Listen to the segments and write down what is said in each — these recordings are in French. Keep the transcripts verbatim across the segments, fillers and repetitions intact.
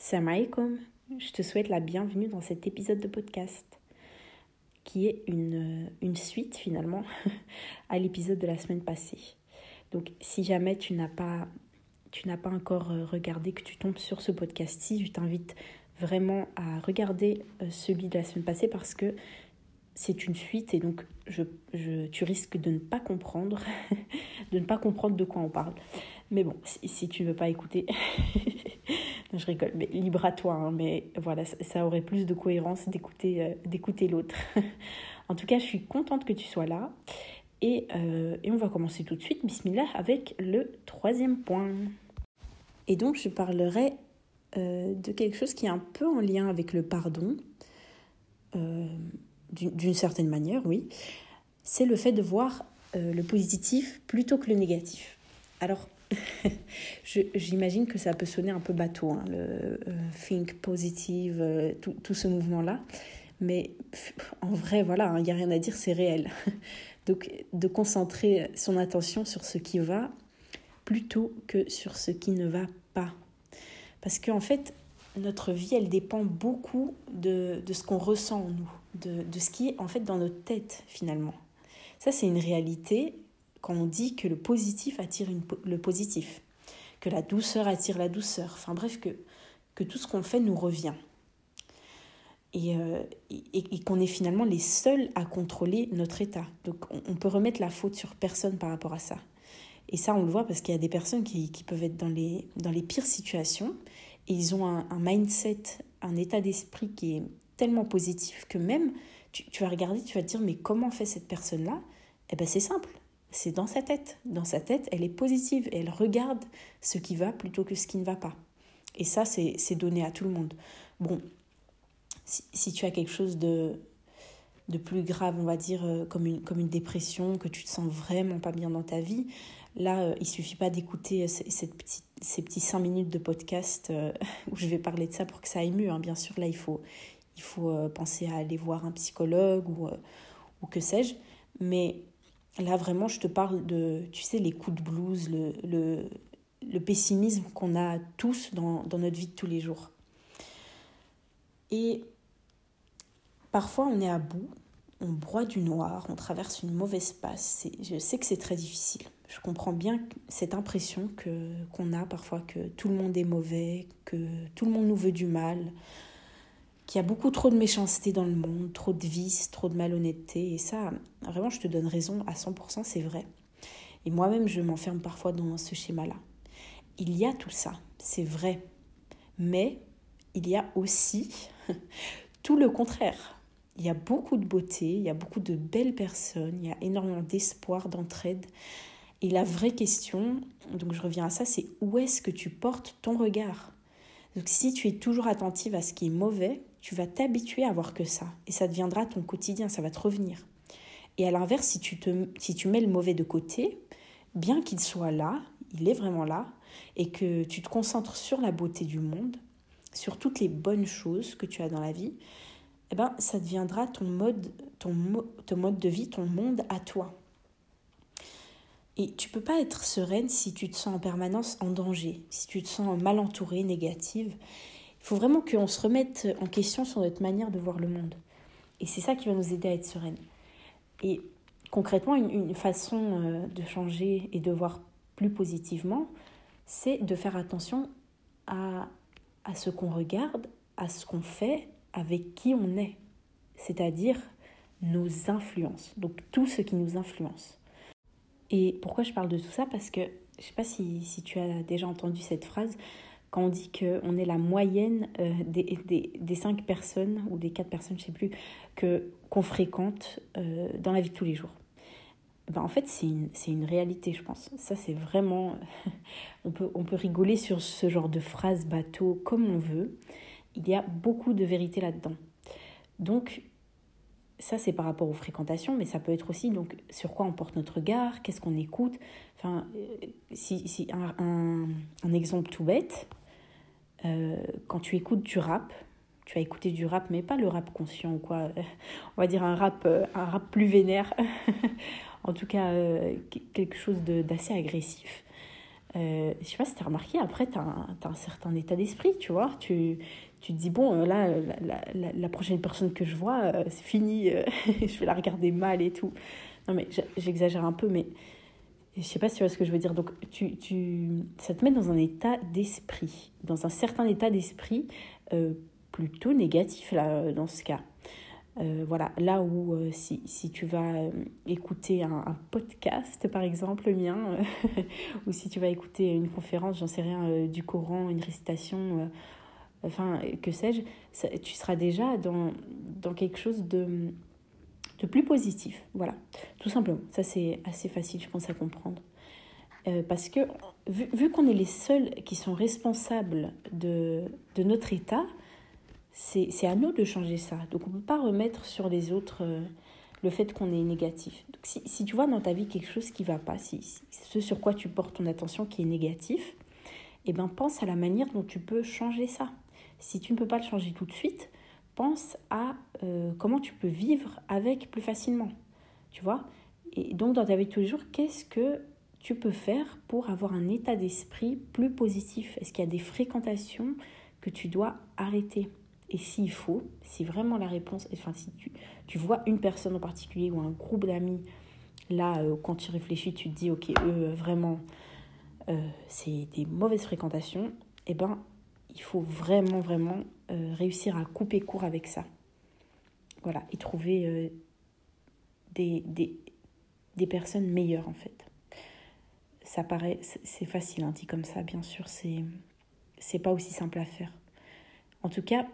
Salam alaikum, je te souhaite la bienvenue dans cet épisode de podcast qui est une, une suite finalement à l'épisode de la semaine passée. Donc si jamais tu n'as pas, tu n'as pas encore regardé, que tu tombes sur ce podcast-ci, je t'invite vraiment à regarder celui de la semaine passée parce que c'est une suite et donc je, je, tu risques de ne pas comprendre, de ne pas comprendre de quoi on parle. Mais bon, si, si tu ne veux pas écouter, je rigole, mais libre à toi, hein, mais voilà, ça, ça aurait plus de cohérence d'écouter, euh, d'écouter l'autre. En tout cas, je suis contente que tu sois là et, euh, et on va commencer tout de suite, bismillah, avec le troisième point. Et donc, je parlerai euh, de quelque chose qui est un peu en lien avec le pardon, euh, d'une, d'une certaine manière, oui. C'est le fait de voir euh, le positif plutôt que le négatif. Alors, Je, j'imagine que ça peut sonner un peu bateau, hein, le euh, think positive, euh, tout, tout ce mouvement-là. Mais en vrai, voilà, il n'y a rien à dire, c'est réel. Donc, de concentrer son attention sur ce qui va plutôt que sur ce qui ne va pas. Parce qu'en fait, notre vie, elle dépend beaucoup de, de ce qu'on ressent en nous, de, de ce qui est en fait dans notre tête, finalement. Ça, c'est une réalité quand on dit que le positif attire une, le positif, que la douceur attire la douceur, enfin bref, que, que tout ce qu'on fait nous revient. Et, euh, et, et qu'on est finalement les seuls à contrôler notre état. Donc on, on peut remettre la faute sur personne par rapport à ça. Et ça, on le voit parce qu'il y a des personnes qui, qui peuvent être dans les, dans les pires situations et ils ont un, un mindset, un état d'esprit qui est tellement positif que même, tu, tu vas regarder, tu vas te dire, mais comment fait cette personne-là ? Eh bien, c'est simple. C'est dans sa tête. Dans sa tête, elle est positive et elle regarde ce qui va plutôt que ce qui ne va pas. Et ça, c'est, c'est donné à tout le monde. Bon, si, si tu as quelque chose de, de plus grave, on va dire, euh, comme, une, comme une dépression, que tu te sens vraiment pas bien dans ta vie, là, euh, il suffit pas d'écouter cette petite, ces petits cinq minutes de podcast euh, où je vais parler de ça pour que ça aille mieux. Hein. Bien sûr, là, il faut, il faut euh, penser à aller voir un psychologue ou, euh, ou que sais-je. Mais là, vraiment, je te parle de, tu sais, les coups de blues, le, le, le pessimisme qu'on a tous dans, dans notre vie de tous les jours. Et parfois, on est à bout, on broie du noir, on traverse une mauvaise passe. C'est, je sais que c'est très difficile. Je comprends bien cette impression que, qu'on a parfois que tout le monde est mauvais, que tout le monde nous veut du mal, qu'il y a beaucoup trop de méchanceté dans le monde, trop de vices, trop de malhonnêteté. Et ça, vraiment, je te donne raison à cent pour cent, c'est vrai. Et moi-même, je m'enferme parfois dans ce schéma-là. Il y a tout ça, c'est vrai. Mais il y a aussi tout le contraire. Il y a beaucoup de beauté, il y a beaucoup de belles personnes, il y a énormément d'espoir, d'entraide. Et la vraie question, donc je reviens à ça, c'est où est-ce que tu portes ton regard ? Donc si tu es toujours attentive à ce qui est mauvais, tu vas t'habituer à voir que ça. Et ça deviendra ton quotidien, ça va te revenir. Et à l'inverse, si tu, te, si tu mets le mauvais de côté, bien qu'il soit là, il est vraiment là, et que tu te concentres sur la beauté du monde, sur toutes les bonnes choses que tu as dans la vie, eh ben, ça deviendra ton mode, ton, ton mode de vie, ton monde à toi. Et tu ne peux pas être sereine si tu te sens en permanence en danger, si tu te sens mal entourée, négative. Il faut vraiment qu'on se remette en question sur notre manière de voir le monde. Et c'est ça qui va nous aider à être sereine. Et concrètement, une, une façon de changer et de voir plus positivement, c'est de faire attention à, à ce qu'on regarde, à ce qu'on fait, avec qui on est. C'est-à-dire nos influences, donc tout ce qui nous influence. Et pourquoi je parle de tout ça ? Parce que, je ne sais pas si, si tu as déjà entendu cette phrase, quand on dit qu'on est la moyenne euh, des, des, des cinq personnes, ou des quatre personnes, je ne sais plus, que, qu'on fréquente euh, dans la vie de tous les jours. Ben, en fait, c'est une, c'est une réalité, je pense. Ça, c'est vraiment... on peut, on peut rigoler sur ce genre de phrase bateau comme on veut. Il y a beaucoup de vérité là-dedans. Donc, ça, c'est par rapport aux fréquentations, mais ça peut être aussi donc, sur quoi on porte notre regard, qu'est-ce qu'on écoute. Enfin, si, si un, un, un exemple tout bête, euh, quand tu écoutes du rap, tu vas écouter du rap, mais pas le rap conscient ou quoi, on va dire un rap, un rap plus vénère, en tout cas euh, quelque chose de, d'assez agressif. Euh, je sais pas si tu as remarqué, après, tu as un, t'as un certain état d'esprit, tu vois. Tu, tu te dis, bon, euh, là, la, la, la prochaine personne que je vois, euh, c'est fini, euh, je vais la regarder mal et tout. Non, mais j'exagère un peu, mais je sais pas si tu vois ce que je veux dire. Donc, tu, tu, ça te met dans un état d'esprit, dans un certain état d'esprit euh, plutôt négatif, là, dans ce cas. Euh, voilà, là où euh, si, si tu vas euh, écouter un, un podcast, par exemple, le mien, euh, ou si tu vas écouter une conférence, j'en sais rien, euh, du Coran, une récitation, euh, enfin, que sais-je, ça, tu seras déjà dans, dans quelque chose de, de plus positif. Voilà, tout simplement. Ça, c'est assez facile, je pense, à comprendre. Euh, parce que, vu, vu qu'on est les seuls qui sont responsables de, de notre état, c'est, c'est à nous de changer ça. Donc, on ne peut pas remettre sur les autres euh, le fait qu'on est négatif. Donc, si, si tu vois dans ta vie quelque chose qui ne va pas, si, si, ce sur quoi tu portes ton attention qui est négatif, eh ben, pense à la manière dont tu peux changer ça. Si tu ne peux pas le changer tout de suite, pense à euh, comment tu peux vivre avec plus facilement. Tu vois ? Et donc, dans ta vie de tous les jours, qu'est-ce que tu peux faire pour avoir un état d'esprit plus positif ? Est-ce qu'il y a des fréquentations que tu dois arrêter ? Et s'il faut, si vraiment la réponse, enfin si tu, tu vois une personne en particulier ou un groupe d'amis, là, euh, quand tu réfléchis, tu te dis, ok, eux, vraiment, euh, c'est des mauvaises fréquentations, eh ben, il faut vraiment, vraiment euh, réussir à couper court avec ça. Voilà, et trouver euh, des, des, des personnes meilleures, en fait. Ça paraît, c'est facile, hein, dit comme ça, bien sûr, c'est, c'est pas aussi simple à faire. En tout cas,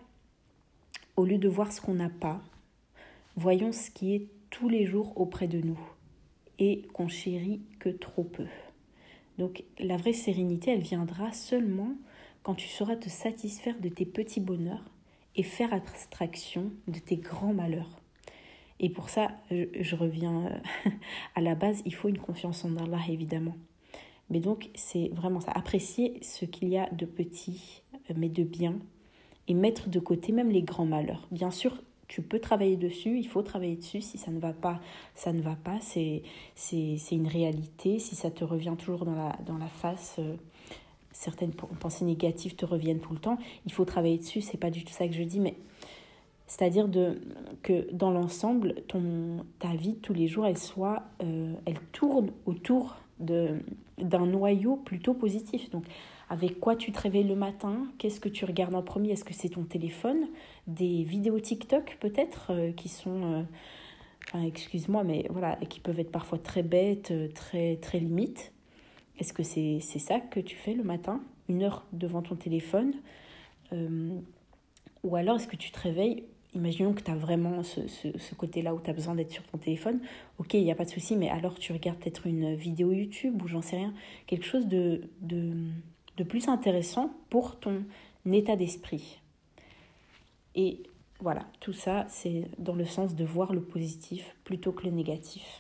au lieu de voir ce qu'on n'a pas, voyons ce qui est tous les jours auprès de nous et qu'on chérit que trop peu. Donc la vraie sérénité, elle viendra seulement quand tu sauras te satisfaire de tes petits bonheurs et faire abstraction de tes grands malheurs. Et pour ça, je, je reviens à la base, il faut une confiance en Allah, évidemment. Mais donc, c'est vraiment ça, apprécier ce qu'il y a de petit, mais de bien, et mettre de côté même les grands malheurs. Bien sûr, tu peux travailler dessus, il faut travailler dessus. Si ça ne va pas, ça ne va pas, c'est, c'est, c'est une réalité. Si ça te revient toujours dans la, dans la face, euh, certaines pensées négatives te reviennent tout le temps, il faut travailler dessus, c'est pas du tout ça que je dis, mais c'est-à-dire de, que dans l'ensemble, ton, ta vie de tous les jours, elle, soit, euh, elle tourne autour de, d'un noyau plutôt positif. Donc, avec quoi tu te réveilles le matin? Qu'est-ce que tu regardes en premier? Est-ce que c'est ton téléphone? Des vidéos TikTok peut-être euh, qui sont, euh, enfin, excuse-moi, mais voilà, qui peuvent être parfois très bêtes, très, très limites. Est-ce que c'est, c'est ça que tu fais le matin? Une heure devant ton téléphone? euh, Ou alors est-ce que tu te réveilles? Imaginons que tu as vraiment ce, ce, ce côté-là où tu as besoin d'être sur ton téléphone. Ok, il n'y a pas de souci, mais alors tu regardes peut-être une vidéo YouTube ou j'en sais rien. Quelque chose de, de, de plus intéressant pour ton état d'esprit. Et voilà, tout ça, c'est dans le sens de voir le positif plutôt que le négatif.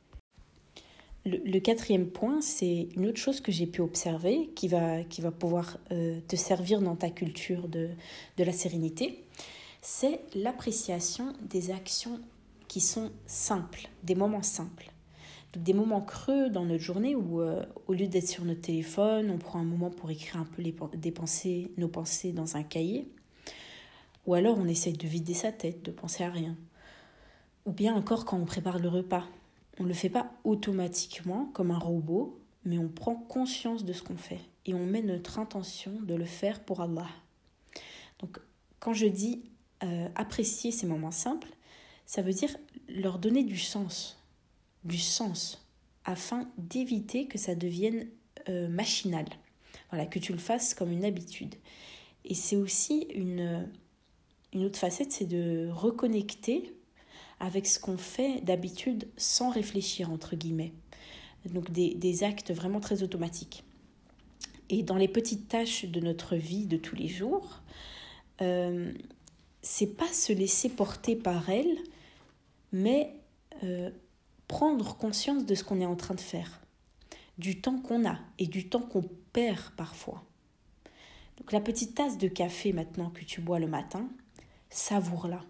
Le, le quatrième point, c'est une autre chose que j'ai pu observer qui va, qui va pouvoir euh, te servir dans ta culture de, de la sérénité. C'est l'appréciation des actions qui sont simples, des moments simples. Donc des moments creux dans notre journée où, euh, au lieu d'être sur notre téléphone, on prend un moment pour écrire un peu les, des pensées, nos pensées dans un cahier. Ou alors on essaye de vider sa tête, de penser à rien. Ou bien encore quand on prépare le repas. On ne le fait pas automatiquement comme un robot, mais on prend conscience de ce qu'on fait. Et on met notre intention de le faire pour Allah. Donc quand je dis Euh, apprécier ces moments simples, ça veut dire leur donner du sens, du sens, afin d'éviter que ça devienne euh, machinal. Voilà, que tu le fasses comme une habitude. Et c'est aussi une, une autre facette, c'est de reconnecter avec ce qu'on fait d'habitude sans réfléchir, entre guillemets. Donc des, des actes vraiment très automatiques. Et dans les petites tâches de notre vie de tous les jours, euh, c'est pas se laisser porter par elle, mais euh, prendre conscience de ce qu'on est en train de faire, du temps qu'on a et du temps qu'on perd parfois. Donc la petite tasse de café maintenant que tu bois le matin, savoure-la.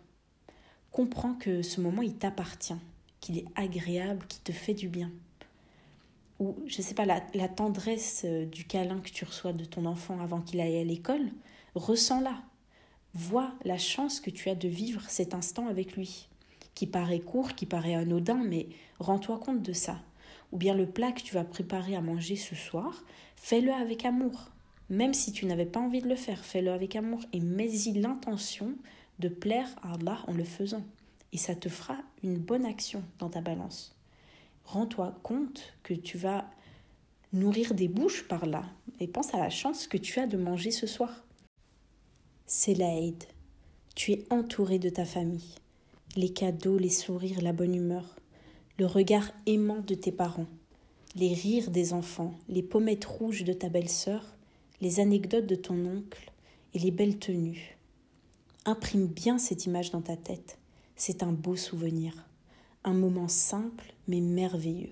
Comprends que ce moment il t'appartient, qu'il est agréable, qu'il te fait du bien. ou je sais pas, la, la tendresse du câlin que tu reçois de ton enfant avant qu'il aille à l'école, ressens-la. Vois la chance que tu as de vivre cet instant avec lui, qui paraît court, qui paraît anodin, mais rends-toi compte de ça. Ou bien le plat que tu vas préparer à manger ce soir, fais-le avec amour. Même si tu n'avais pas envie de le faire, fais-le avec amour et mets-y l'intention de plaire à Allah en le faisant. Et ça te fera une bonne action dans ta balance. Rends-toi compte que tu vas nourrir des bouches par là et pense à la chance que tu as de manger ce soir. C'est l'Aïd. Tu es entouré de ta famille. Les cadeaux, les sourires, la bonne humeur, le regard aimant de tes parents, les rires des enfants, les pommettes rouges de ta belle-sœur, les anecdotes de ton oncle et les belles tenues. Imprime bien cette image dans ta tête. C'est un beau souvenir, un moment simple mais merveilleux.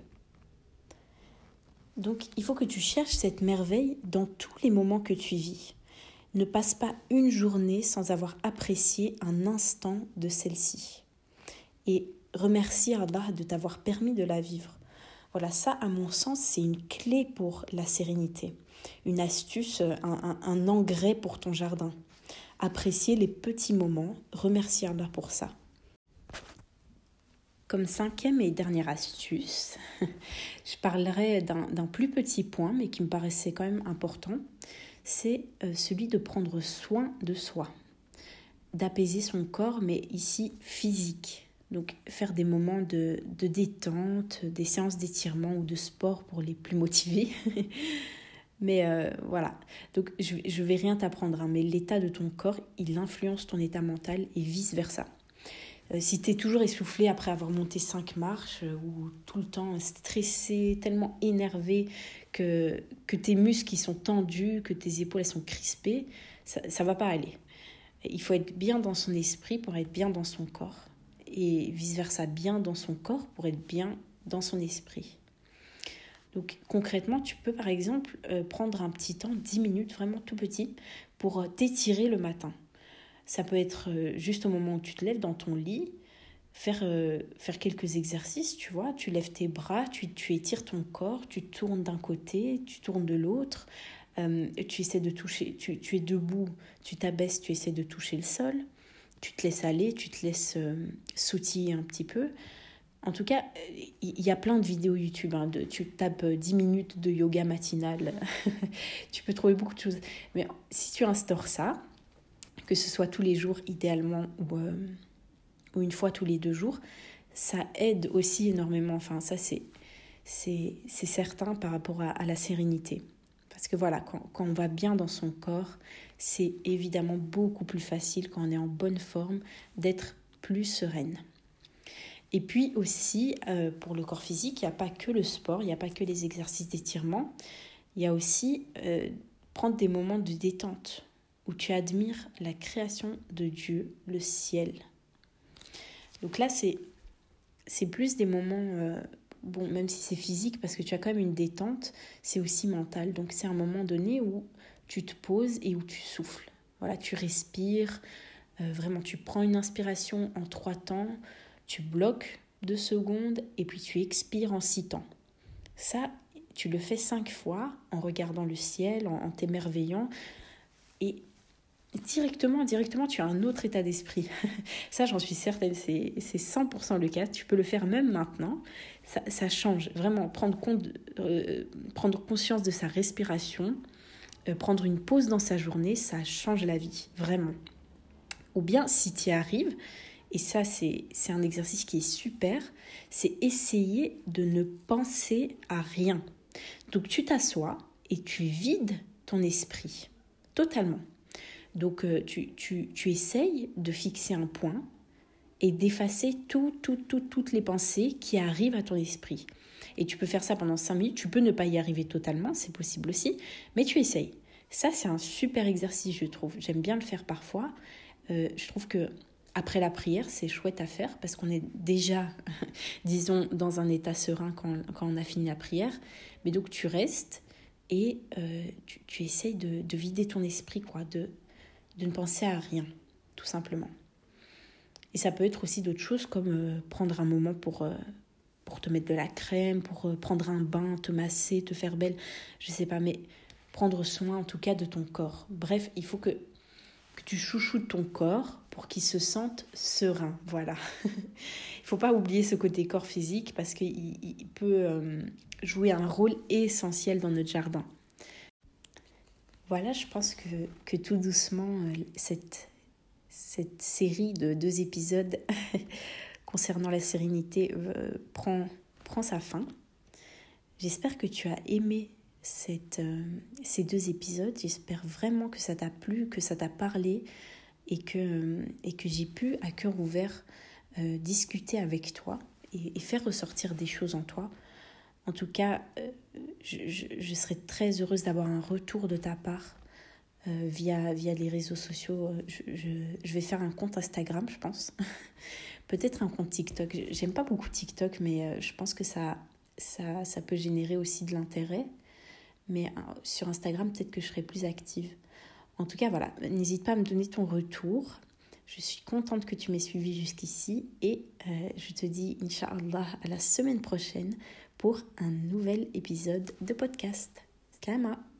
Donc il faut que tu cherches cette merveille dans tous les moments que tu vis. Ne passe pas une journée sans avoir apprécié un instant de celle-ci. Et remercie Allah de t'avoir permis de la vivre. Voilà, ça, à mon sens, c'est une clé pour la sérénité. Une astuce, un, un, un engrais pour ton jardin. Apprécier les petits moments, remercier Allah pour ça. Comme cinquième et dernière astuce, je parlerai d'un, d'un plus petit point, mais qui me paraissait quand même important. C'est celui de prendre soin de soi, d'apaiser son corps, mais ici physique. Donc faire des moments de, de détente, des séances d'étirement ou de sport pour les plus motivés. mais euh, voilà, donc je ne vais rien t'apprendre, hein, mais l'état de ton corps, il influence ton état mental et vice-versa. Euh, si tu es toujours essoufflé après avoir monté cinq marches euh, ou tout le temps stressé, tellement énervé que, que tes muscles ils sont tendus, que tes épaules elles sont crispées, ça ne va pas aller. Il faut être bien dans son esprit pour être bien dans son corps et vice-versa, bien dans son corps pour être bien dans son esprit. Donc concrètement, tu peux par exemple euh, prendre un petit temps, dix minutes, vraiment tout petit, pour euh, t'étirer le matin. Ça peut être euh, juste au moment où tu te lèves dans ton lit, faire, euh, faire quelques exercices, tu vois. Tu lèves tes bras, tu, tu étires ton corps, tu tournes d'un côté, tu tournes de l'autre. Euh, tu essaies de toucher, tu, tu es debout, tu t'abaisses, tu essaies de toucher le sol. Tu te laisses aller, tu te laisses euh, sautiller un petit peu. En tout cas, il y a plein de vidéos YouTube. Hein, de, tu tapes dix minutes de yoga matinal. Tu peux trouver beaucoup de choses. Mais si tu instaures ça, que ce soit tous les jours idéalement ou, euh, ou une fois tous les deux jours, ça aide aussi énormément. Enfin, ça, c'est, c'est, c'est certain par rapport à, à la sérénité. Parce que voilà, quand, quand on va bien dans son corps, c'est évidemment beaucoup plus facile quand on est en bonne forme d'être plus sereine. Et puis aussi, euh, pour le corps physique, il n'y a pas que le sport, il n'y a pas que les exercices d'étirement. Il y a aussi euh, prendre des moments de détente où tu admires la création de Dieu, le ciel. Donc là, c'est, c'est plus des moments, euh, bon, même si c'est physique, parce que tu as quand même une détente, c'est aussi mental. Donc c'est un moment donné où tu te poses et où tu souffles. Voilà, tu respires, euh, vraiment tu prends une inspiration en trois temps, tu bloques deux secondes et puis tu expires en six temps. Ça, tu le fais cinq fois en regardant le ciel, en, en t'émerveillant et directement, directement, tu as un autre état d'esprit. Ça, j'en suis certaine, c'est, c'est cent pour cent le cas. Tu peux le faire même maintenant. Ça, ça change. Vraiment, prendre, compte, euh, prendre conscience de sa respiration, euh, prendre une pause dans sa journée, ça change la vie, vraiment. Ou bien, si tu y arrives, et ça, c'est, c'est un exercice qui est super, c'est essayer de ne penser à rien. Donc, tu t'assois et tu vides ton esprit, totalement. Donc, euh, tu, tu, tu essayes de fixer un point et d'effacer tout, tout, tout, toutes les pensées qui arrivent à ton esprit. Et tu peux faire ça pendant cinq minutes. Tu peux ne pas y arriver totalement, c'est possible aussi, mais tu essayes. Ça, c'est un super exercice, je trouve. J'aime bien le faire parfois. Euh, je trouve que après la prière, c'est chouette à faire parce qu'on est déjà, disons, dans un état serein quand, quand on a fini la prière. Mais donc, tu restes et euh, tu, tu essayes de, de vider ton esprit, quoi, de, de ne penser à rien, tout simplement. Et ça peut être aussi d'autres choses comme euh, prendre un moment pour, euh, pour te mettre de la crème, pour prendre un bain, te masser, te faire belle, je sais pas, mais prendre soin en tout cas de ton corps. Bref, il faut que, que tu chouchoutes ton corps pour qu'il se sente serein, voilà. Il ne faut pas oublier ce côté corps physique parce qu'il il peut euh, jouer un rôle essentiel dans notre jardin. Voilà, je pense que, que tout doucement, euh, cette, cette série de deux épisodes concernant la sérénité euh, prend, prend sa fin. J'espère que tu as aimé cette, euh, ces deux épisodes. J'espère vraiment que ça t'a plu, que ça t'a parlé et que, et que j'ai pu, à cœur ouvert, euh, discuter avec toi et, et faire ressortir des choses en toi. En tout cas, euh, je, je, je serais très heureuse d'avoir un retour de ta part euh, via, via les réseaux sociaux. Je, je, je vais faire un compte Instagram, je pense. Peut-être un compte TikTok. J'aime pas beaucoup TikTok, mais euh, je pense que ça, ça, ça peut générer aussi de l'intérêt. Mais euh, sur Instagram, peut-être que je serai plus active. En tout cas, voilà, n'hésite pas à me donner ton retour. Je suis contente que tu m'aies suivi jusqu'ici et euh, je te dis, Inch'Allah, à la semaine prochaine pour un nouvel épisode de podcast. Slama!